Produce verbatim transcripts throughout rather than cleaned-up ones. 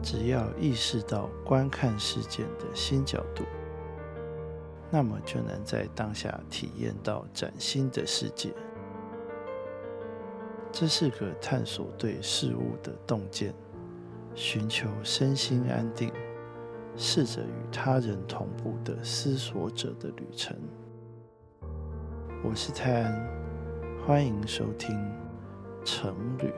只要意识到观看事件的新角度，那么就能在当下体验到崭新的世界。这是个探索对事物的洞见，寻求身心安定，试着与他人同步的思索者的旅程。我是泰安，欢迎收听程旅。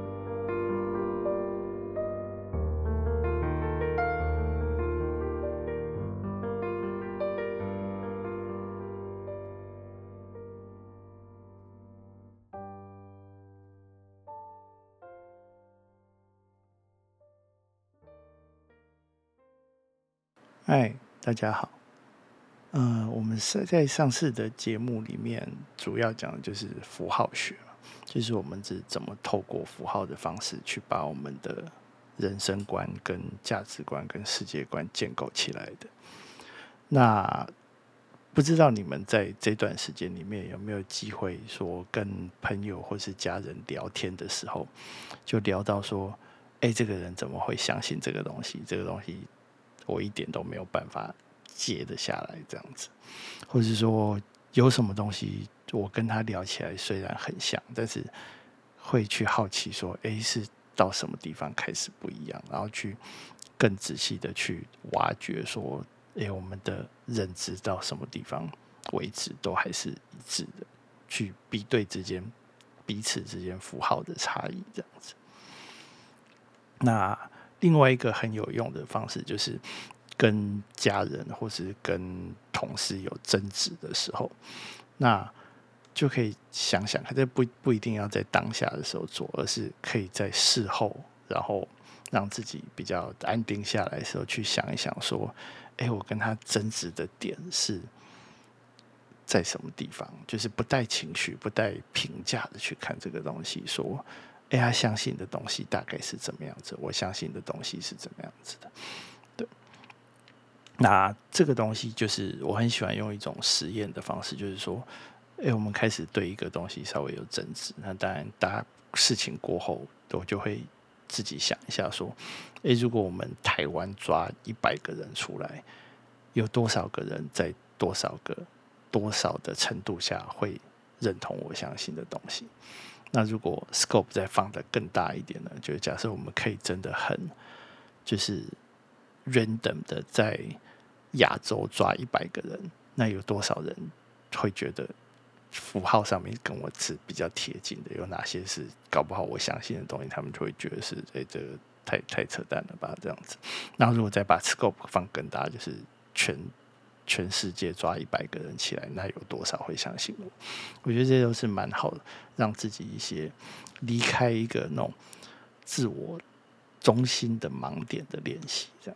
嗨，大家好。呃，我们在上次的节目里面，主要讲的就是符号学，就是我们是怎么透过符号的方式去把我们的人生观、跟价值观、跟世界观建构起来的。那不知道你们在这段时间里面有没有机会说跟朋友或是家人聊天的时候，就聊到说，哎，这个人怎么会相信这个东西？这个东西我一点都没有办法接得下来，这样子，或是说有什么东西我跟他聊起来虽然很像，但是会去好奇说，哎，是到什么地方开始不一样，然后去更仔细的去挖掘说，哎，我们的认知到什么地方为止都还是一致的，去比对之间彼此之间符号的差异，这样子。那另外一个很有用的方式，就是跟家人或是跟同事有争执的时候，那就可以想想看，这不不一定要在当下的时候做，而是可以在事后，然后让自己比较安定下来的时候，去想一想说，哎，我跟他争执的点是在什么地方？就是不带情绪、不带评价的去看这个东西，说，哎，他相信的东西大概是怎么样子，我相信的东西是怎么样子的。对，那这个东西就是我很喜欢用一种实验的方式，就是说，哎，我们开始对一个东西稍微有争执，那当然，大家事情过后，我就会自己想一下，说，哎，如果我们台湾抓一百个人出来，有多少个人在多少个多少的程度下会认同我相信的东西？那如果 scope 再放得更大一点呢？就是假设我们可以真的很就是 random 的在亚洲抓一百个人，那有多少人会觉得符号上面跟我是比较贴近的？有哪些是搞不好我相信的东西，他们就会觉得是哎、欸，这个太太扯淡了吧这样子。然后如果再把 scope 放更大，就是全全世界抓一百个人起来，那有多少会相信我？我觉得这都是蛮好的，让自己一些离开一个那种自我中心的盲点的练习，这样。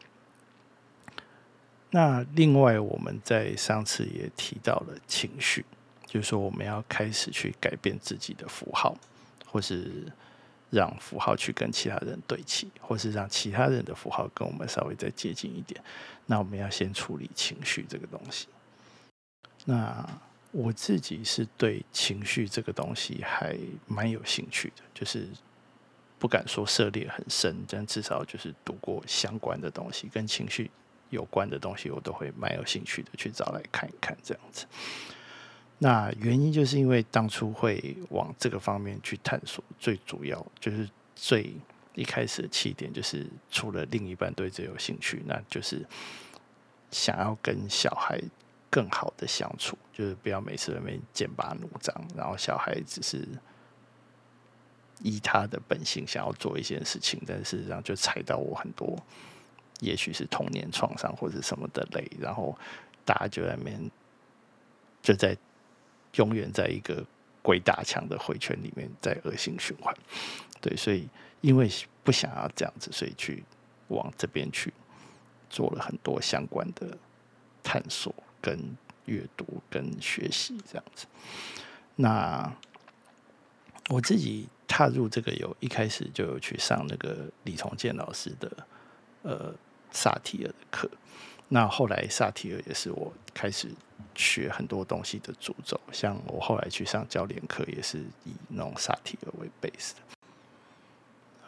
那另外，我们在上次也提到了情绪，就是说我们要开始去改变自己的符号，或是让符号去跟其他人对齐，或是让其他人的符号跟我们稍微再接近一点。那我们要先处理情绪这个东西。那我自己是对情绪这个东西还蛮有兴趣的，就是不敢说涉猎很深，但至少就是读过相关的东西，跟情绪有关的东西，我都会蛮有兴趣的去找来看一看这样子。那原因就是因为当初会往这个方面去探索，最主要就是最一开始的起点，就是除了另一半对这有兴趣，那就是想要跟小孩更好的相处，就是不要每次在那边剑拔弩张，然后小孩只是依他的本性想要做一件事情，但事实上就踩到我很多，也许是童年创伤或者什么的雷，然后大家就在那边就在永远在一个鬼打墙的回圈里面在恶性循环。对，所以因为不想要这样子，所以去往这边去做了很多相关的探索、跟阅读、跟学习这样子。那我自己踏入这个有一开始就有去上那个李崇建老师的呃萨提尔的课，那后来萨提尔也是我开始学很多东西的主轴，像我后来去上教练课也是以那种萨提尔为 base 的。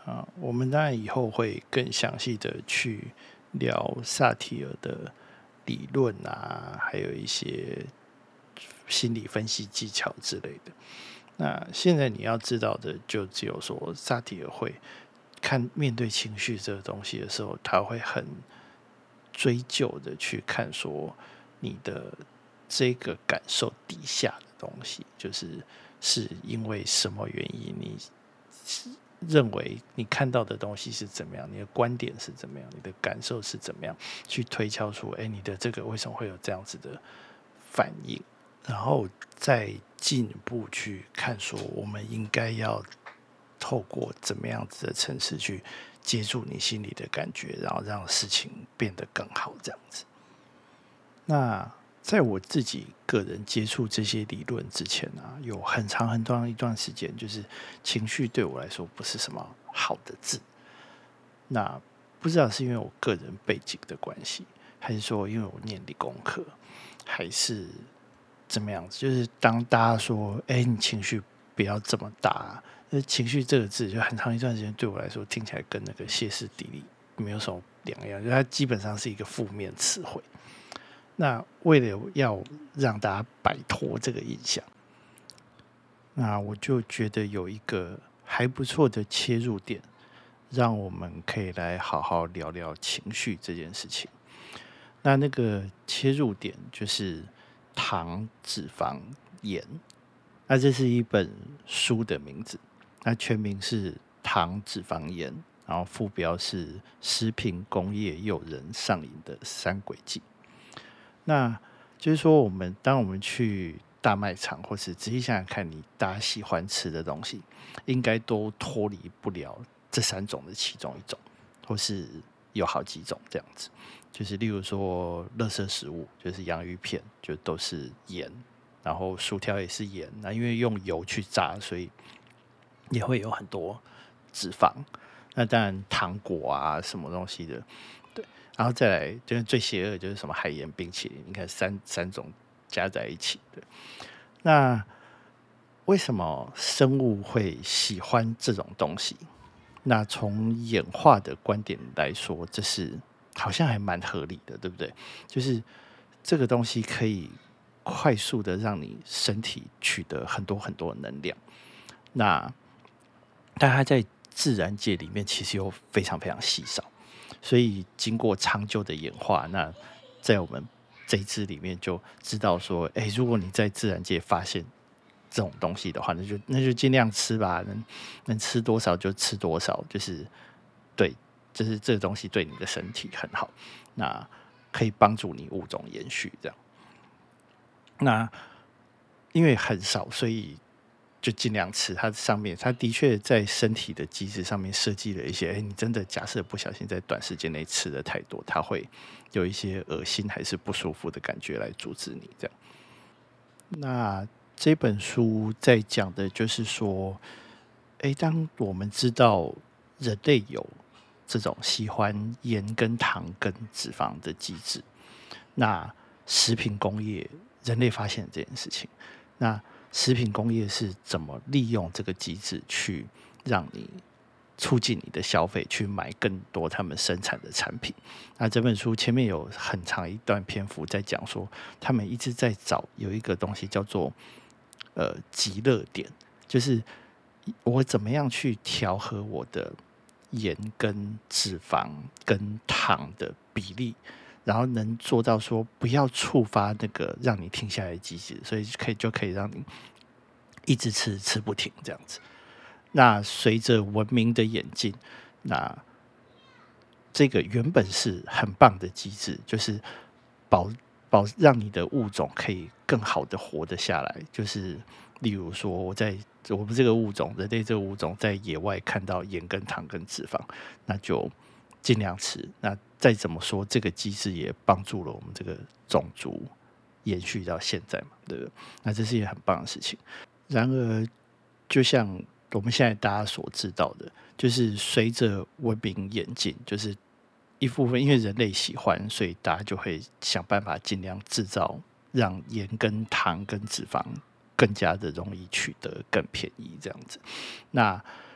啊，我们当然以后会更详细的去聊萨提尔的理论啊，还有一些心理分析技巧之类的。那现在你要知道的，就只有说萨提尔会看面对情绪这个东西的时候，他会很追究的去看说你的这个感受底下的东西，就是是因为什么原因你认为你看到的东西是怎么样，你的观点是怎么样，你的感受是怎么样，去推敲出，哎，你的这个为什么会有这样子的反应，然后再进一步去看说，我们应该要透过怎么样子的程式去接住你心里的感觉，然后让事情变得更好，这样子。那在我自己个人接触这些理论之前啊，有很长很长一段时间，就是情绪对我来说不是什么好的字。那不知道是因为我个人背景的关系，还是说因为我念理工科，还是怎么样子？就是当大家说“哎、欸，你情绪不要这么大、啊”，那情绪这个字就很长一段时间对我来说听起来跟那个歇斯底里没有什么两样，就它基本上是一个负面词汇。那为了要让大家摆脱这个印象，那我就觉得有一个还不错的切入点，让我们可以来好好聊聊情绪这件事情。那那个切入点就是糖、脂肪、盐。那这是一本书的名字，那全名是糖、脂肪、盐，然后副标是食品工业诱人上瘾的三轨迹。那就是说，我们当我们去大卖场，或是仔细想想看，你大家喜欢吃的东西，应该都脱离不了这三种的其中一种，或是有好几种这样子。就是例如说，垃圾食物，就是洋芋片，就都是盐，然后薯条也是盐。那因为用油去炸，所以也会有很多脂肪。那当然，糖果啊，什么东西的。然后再来，就是最邪恶就是什么海盐冰淇淋，你看三三种加在一起的。那为什么生物会喜欢这种东西？那从演化的观点来说，这是好像还蛮合理的，对不对？就是这个东西可以快速的让你身体取得很多很多的能量。那但它在自然界里面其实又非常非常稀少。所以经过长久的演化，那在我们这一支里面就知道说，哎、欸，如果你在自然界发现这种东西的话，那就那就尽量吃吧，能能吃多少就吃多少，就是对，就是这个东西对你的身体很好，那可以帮助你物种延续这样。那因为很少，所以就尽量吃。它上面，它的确在身体的机制上面设计了一些，哎，你真的假设不小心在短时间内吃的太多，它会有一些恶心还是不舒服的感觉来阻止你这样。那这本书在讲的就是说，哎，当我们知道人类有这种喜欢盐跟糖跟脂肪的机制，那食品工业人类发现这件事情，那食品工业是怎么利用这个机制去让你促进你的消费，去买更多他们生产的产品？那这本书前面有很长一段篇幅在讲说，他们一直在找有一个东西叫做呃极乐点，就是我怎么样去调和我的盐跟脂肪跟糖的比例，然后能做到说不要触发那个让你停下来的机制，所以可以就可以让你一直吃吃不停这样子。那随着文明的演进，那这个原本是很棒的机制，就是保保让你的物种可以更好的活得下来。就是例如说，我在我们这个物种，人类这个物种在野外看到盐跟糖跟脂肪，那就尽量吃。那再怎么说，这个机制也帮助了我们这个种族延续到现在嘛，对不对？那这是一件很棒的事情。然而，就像我们现在大家所知道的，就是随着文明演进，就是一部分因为人类喜欢，所以大家就会想办法尽量制造让盐跟糖跟脂肪更加的容易取得、更便宜这样子。那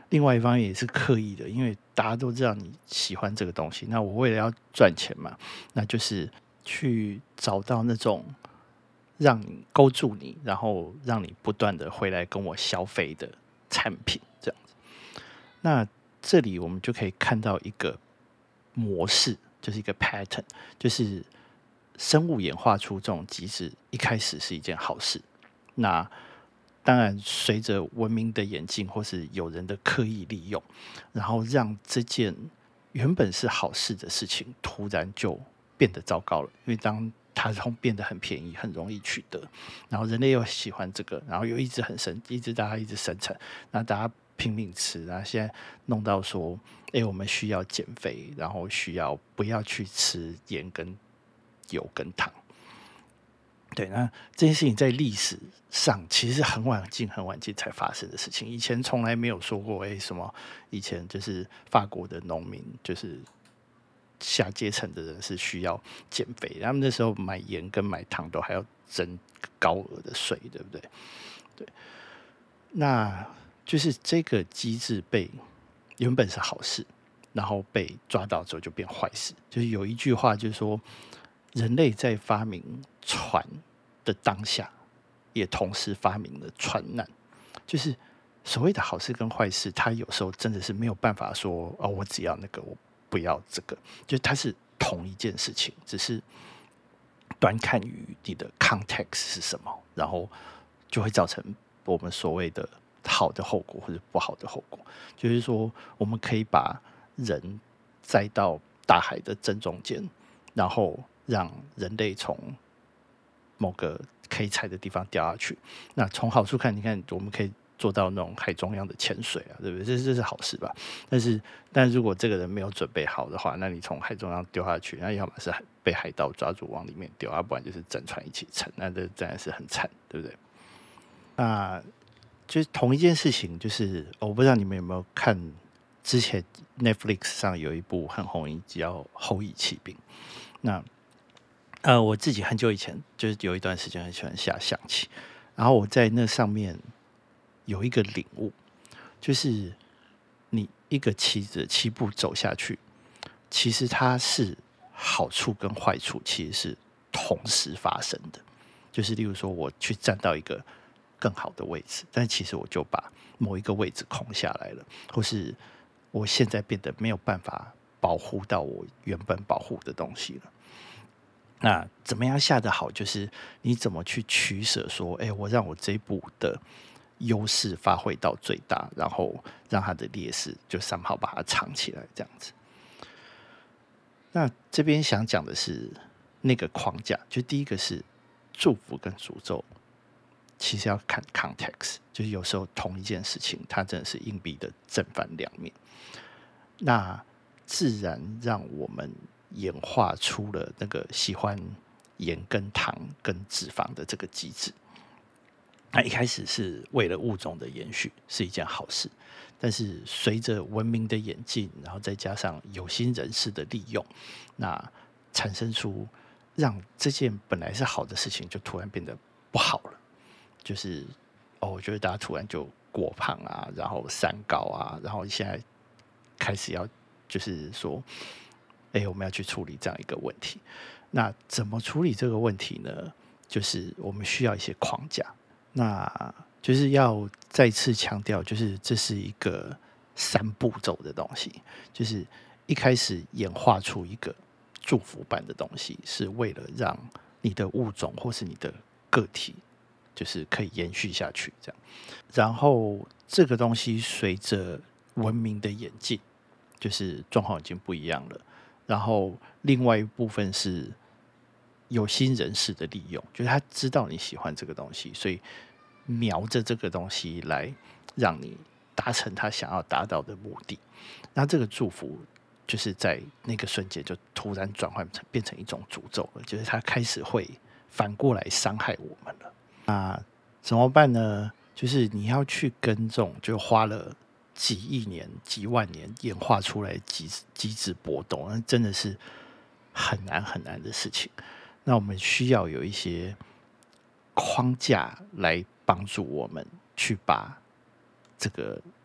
另外一方面也是刻意的，因为大家都知道你喜欢这个东西，那我为了要赚钱嘛，那就是去找到那种让你勾住你，然后让你不断的回来跟我消费的产品，这样子。那这里我们就可以看到一个模式，就是一个 pattern， 就是生物演化出这种机制，一开始是一件好事。那当然，随着文明的演进，或是有人的刻意利用，然后让这件原本是好事的事情，突然就变得糟糕了。因为当它变得很便宜，很容易取得，然后人类又喜欢这个，然后又一直很生，一直大家一直生产，那大家拼命吃，然后现在弄到说，哎、欸，我们需要减肥，然后需要不要去吃盐跟油跟糖。对，那这件事情在历史上其实是很晚近、很晚近才发生的事情。以前从来没有说过，哎、欸，什么以前就是法国的农民，就是下阶层的人是需要减肥，他们那时候买盐跟买糖都还要征高额的税，对不对？对，那就是这个机制被原本是好事，然后被抓到之后就变坏事。就是有一句话就是说，人类在发明船的当下，也同时发明了船难。就是所谓的好事跟坏事，它有时候真的是没有办法说哦，我只要那个，我不要这个，就是它是同一件事情，只是端看于你的 context 是什么，然后就会造成我们所谓的好的后果或者不好的后果。就是说，我们可以把人载到大海的正中间，然后让人类从某个可以踩的地方掉下去。那从好处看，你看我们可以做到那种海中央的潜水啊，对不对？这这是好事吧？但是，但如果这个人没有准备好的话，那你从海中央丢下去，那要么是被海盗抓住往里面丢，要不然就是整船一起沉，那这当然是很惨，对不对？那就是同一件事情，就是我不知道你们有没有看之前 Netflix 上有一部很红的叫《后翼弃兵》。那呃，我自己很久以前就是有一段时间很喜欢下象棋，然后我在那上面有一个领悟，就是你一个棋子的棋步走下去，其实它是好处跟坏处其实是同时发生的。就是例如说，我去站到一个更好的位置，但其实我就把某一个位置空下来了，或是我现在变得没有办法保护到我原本保护的东西了。那怎么样下得好，就是你怎么去取舍，说，哎、欸，我让我这一步的优势发挥到最大，然后让它的劣势就somehow把它藏起来，这样子。那这边想讲的是那个框架，就第一个是祝福跟诅咒，其实要看 context， 就是有时候同一件事情，它真的是硬币的正反两面。那自然让我们演化出了那个喜欢盐跟糖跟脂肪的这个机制。那一开始是为了物种的延续，是一件好事。但是随着文明的演进，然后再加上有心人士的利用，那产生出让这件本来是好的事情，就突然变得不好了。就是哦，我觉得大家突然就过胖啊，然后三高啊，然后现在开始要就是说，哎、欸，我们要去处理这样一个问题。那怎么处理这个问题呢？就是我们需要一些框架。那就是要再次强调，就是这是一个三步骤的东西。就是一开始演化出一个祝福版的东西，是为了让你的物种或是你的个体，就是可以延续下去，这样。然后这个东西随着文明的演进，就是状况已经不一样了。然后另外一部分是有心人士的利用，就是他知道你喜欢这个东西，所以瞄着这个东西来让你达成他想要达到的目的。那这个祝福就是在那个瞬间就突然转换成变成一种诅咒了，就是他开始会反过来伤害我们了。那怎么办呢？就是你要去跟这种就花了几亿年、几万年演化出来的机机制波动，那真的是很难很难的事情。那我们需要有一些框架来帮助我们去把这个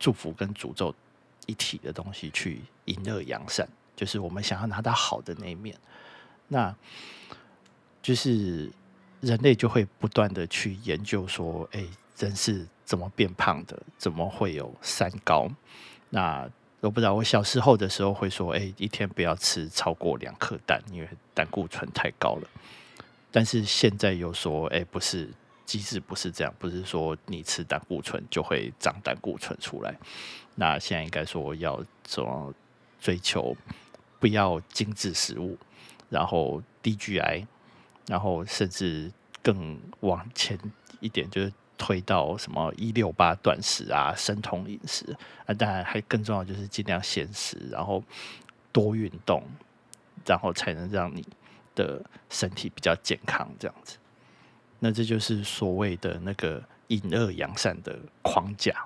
祝福跟诅咒一体的东西去引恶扬善，就是我们想要拿到好的那一面，那就是人类就会不断的去研究说，哎、欸，人是怎么变胖的？怎么会有三高？那我不知道，我小时候的时候会说，哎、欸，一天不要吃超过两颗蛋，因为胆固醇太高了。但是现在又说，哎、欸，不是，机制不是这样，不是说你吃胆固醇就会长胆固醇出来。那现在应该说要怎么追求不要精致食物，然后低 G I， 然后甚至更往前一点，就是推到什么一六八断食啊、生酮饮食啊，当然还更重要就是尽量限食，然后多运动，然后才能让你的身体比较健康这样子。那这就是所谓的那个隐恶扬善的框架。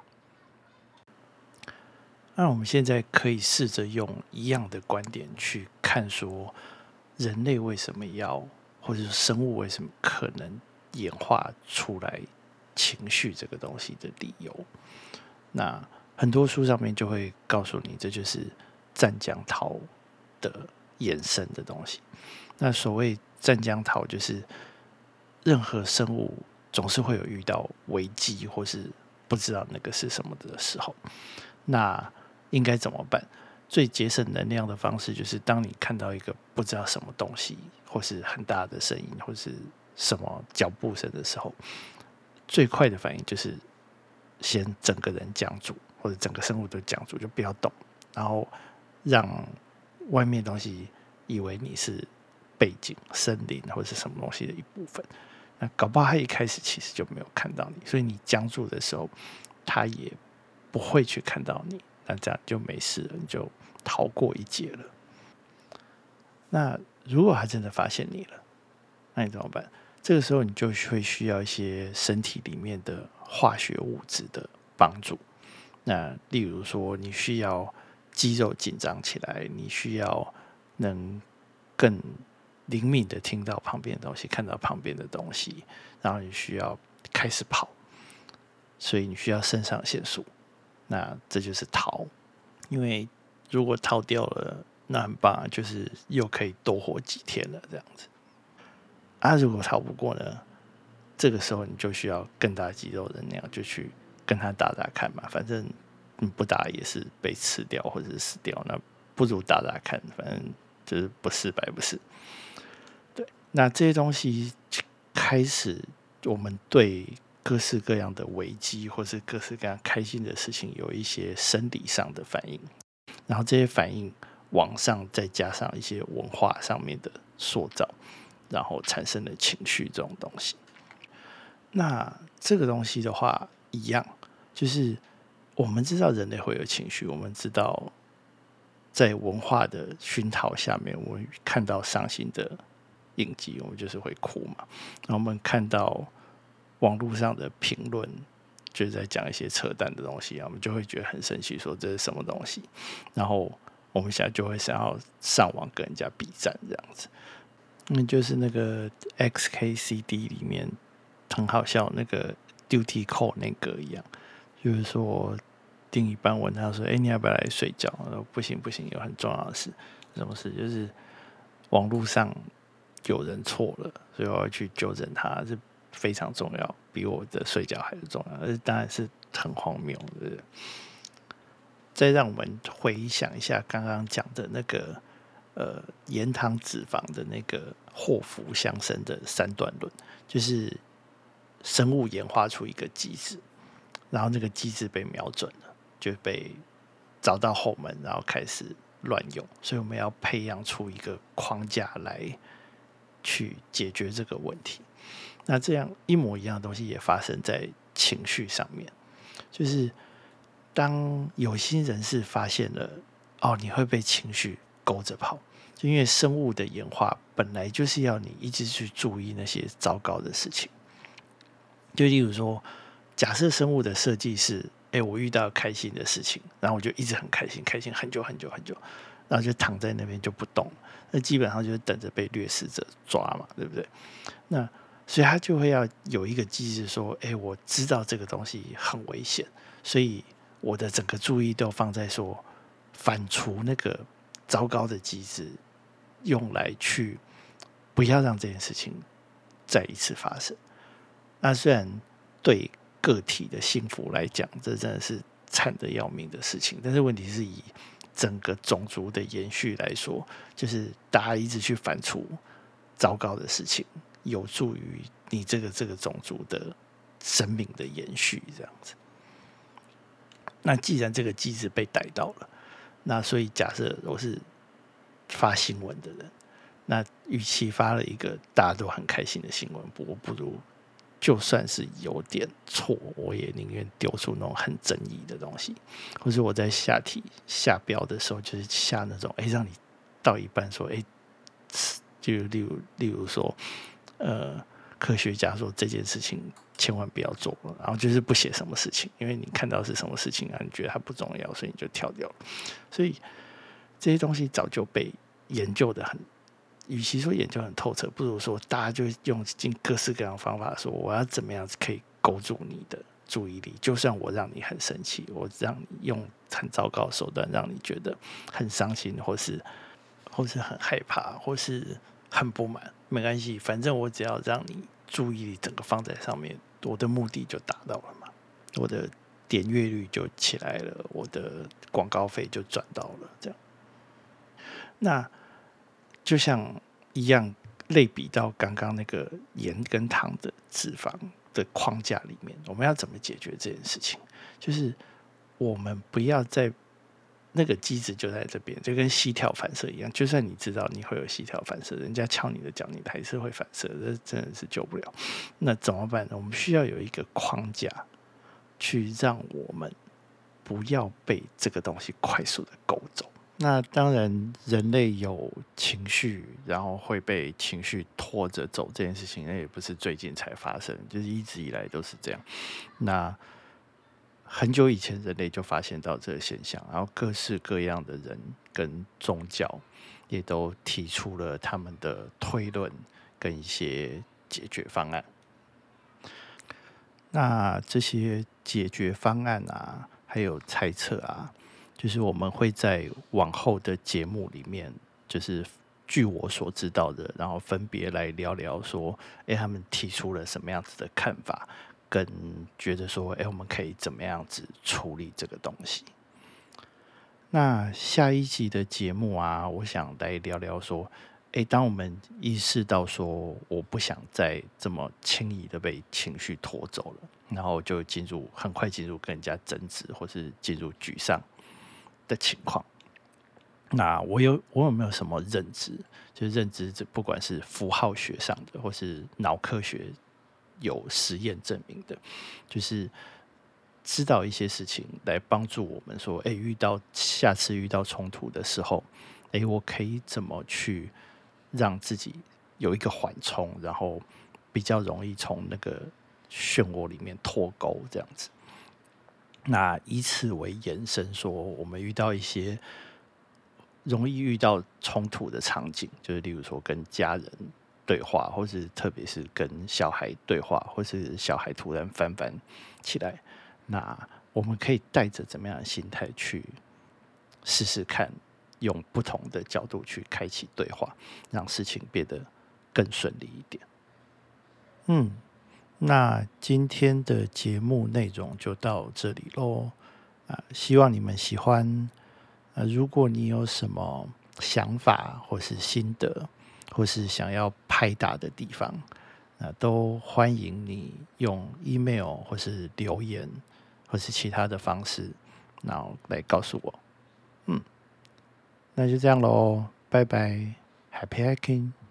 那我们现在可以试着用一样的观点去看，说人类为什么要，或者是生物为什么可能演化出来情绪这个东西的理由。那很多书上面就会告诉你，这就是湛江桃的衍生的东西。那所谓湛江桃，就是任何生物总是会有遇到危机，或是不知道那个是什么的时候，那应该怎么办？最节省能量的方式，就是当你看到一个不知道什么东西，或是很大的声音，或是什么脚步声的时候，最快的反应就是先整个人僵住，或者整个生物都僵住，就不要动，然后让外面的东西以为你是背景、森林或者是什么东西的一部分。那搞不好他一开始其实就没有看到你，所以你僵住的时候，他也不会去看到你。那这样就没事了，你就逃过一劫了。那如果他真的发现你了，那你怎么办？这个时候你就会需要一些身体里面的化学物质的帮助。那例如说，你需要肌肉紧张起来，你需要能更灵敏的听到旁边的东西，看到旁边的东西，然后你需要开始跑，所以你需要肾上腺素。那这就是逃，因为如果逃掉了，那很棒，就是又可以多活几天了这样子。啊，如果逃不过呢，这个时候你就需要更大肌肉能量，就去跟他打打看嘛，反正你不打也是被吃掉或者是死掉，那不如打打看，反正就是不试白不试。对，那这些东西开始，我们对各式各样的危机，或是各式各样开心的事情，有一些生理上的反应，然后这些反应往上再加上一些文化上面的塑造，然后产生了情绪这种东西。那这个东西的话，一样，就是我们知道人类会有情绪，我们知道在文化的熏陶下面，我们看到伤心的影集，我们就是会哭嘛。然后我们看到网络上的评论，就是在讲一些扯淡的东西，我们就会觉得很生气，说这是什么东西。然后我们现在就会想要上网跟人家比战这样子。那就是那个 X K C D 里面很好笑，那个 Duty Call 那个一样，就是说定一班问他说：“哎、欸，你要不要来睡觉？”他说：“不行不行，有很重要的事。”什么事？就是网络上有人错了，所以我要去纠正他，这非常重要，比我的睡觉还是重要。而当然是很荒谬的。再让我们回想一下刚刚讲的那个呃盐糖脂肪的那个祸福相生的三段论，就是生物演化出一个机制，然后那个机制被瞄准了，就被找到后门，然后开始乱用。所以我们要培养出一个框架来去解决这个问题。那这样一模一样的东西也发生在情绪上面，就是当有心人士发现了哦，你会被情绪勾着跑，就因为生物的演化本来就是要你一直去注意那些糟糕的事情。就例如说，假设生物的设计是，哎，我遇到开心的事情，然后我就一直很开心，开心很久很久很久，然后就躺在那边就不动，那基本上就是等着被掠食者抓嘛，对不对？那所以他就会要有一个机制说，哎，我知道这个东西很危险，所以我的整个注意都放在说反刍那个糟糕的机制，用来去不要让这件事情再一次发生。那虽然对个体的幸福来讲，这真的是惨得要命的事情，但是问题是以整个种族的延续来说，就是大家一直去反刍糟糕的事情，有助于你这个这个种族的生命的延续，这样子。那既然这个机制被逮到了，那所以假设我是发新闻的人，那与其发了一个大家都很开心的新闻，我不如就算是有点错，我也宁愿丢出那种很争议的东西，或是我在下题下标的时候，就是下那种哎、欸，让你到一半说哎、欸，就例如例如说，呃，科学家说这件事情千万不要做，然后就是不写什么事情，因为你看到是什么事情啊，你觉得它不重要，所以你就跳掉了。所以这些东西早就被研究的很。与其说研究很透彻，不如说大家就用尽各式各样的方法说，我要怎么样可以勾住你的注意力，就算我让你很生气，我让你用很糟糕的手段让你觉得很伤心，或是或是很害怕，或是很不满，没关系，反正我只要让你注意力整个放在上面，我的目的就达到了嘛，我的点阅率就起来了，我的广告费就赚到了，这样。那就像一样类比到刚刚那个盐跟糖的脂肪的框架里面，我们要怎么解决这件事情？就是我们不要在那个机制就在这边，就跟膝跳反射一样。就算你知道你会有膝跳反射，人家敲你的脚，你还是会反射，这真的是救不了。那怎么办呢？我们需要有一个框架，去让我们不要被这个东西快速的勾走。那当然，人类有情绪，然后会被情绪拖着走这件事情，那也不是最近才发生，就是一直以来都是这样。那很久以前，人类就发现到这个现象，然后各式各样的人跟宗教也都提出了他们的推论跟一些解决方案。那这些解决方案啊，还有猜测啊，就是我们会在往后的节目里面，就是据我所知道的，然后分别来聊聊说，哎，他们提出了什么样子的看法，跟觉得说，哎，我们可以怎么样子处理这个东西。那下一集的节目啊，我想来聊聊说，哎，当我们意识到说，我不想再这么轻易的被情绪拖走了，然后就进入很快进入跟人家争执，或是进入沮丧的情况。那我有我有没有什么认知？就是认知，不管是符号学上的，或是脑科学有实验证明的，就是知道一些事情来帮助我们说，哎，遇到下次遇到冲突的时候，哎，我可以怎么去让自己有一个缓冲，然后比较容易从那个漩涡里面脱钩，这样子。那以此为延伸，说我们遇到一些容易遇到冲突的场景，就是例如说跟家人对话，或是特别是跟小孩对话，或是小孩突然翻翻起来，那我们可以带着怎么样的心态去试试看，用不同的角度去开启对话，让事情变得更顺利一点。嗯，那今天的节目内容就到这里咯，啊，希望你们喜欢。呃，如果你有什么想法或是心得，或是想要拍打的地方，那都欢迎你用 email 或是留言，或是其他的方式，然后来告诉我。嗯，那就这样咯，拜拜 ，Happy Hacking。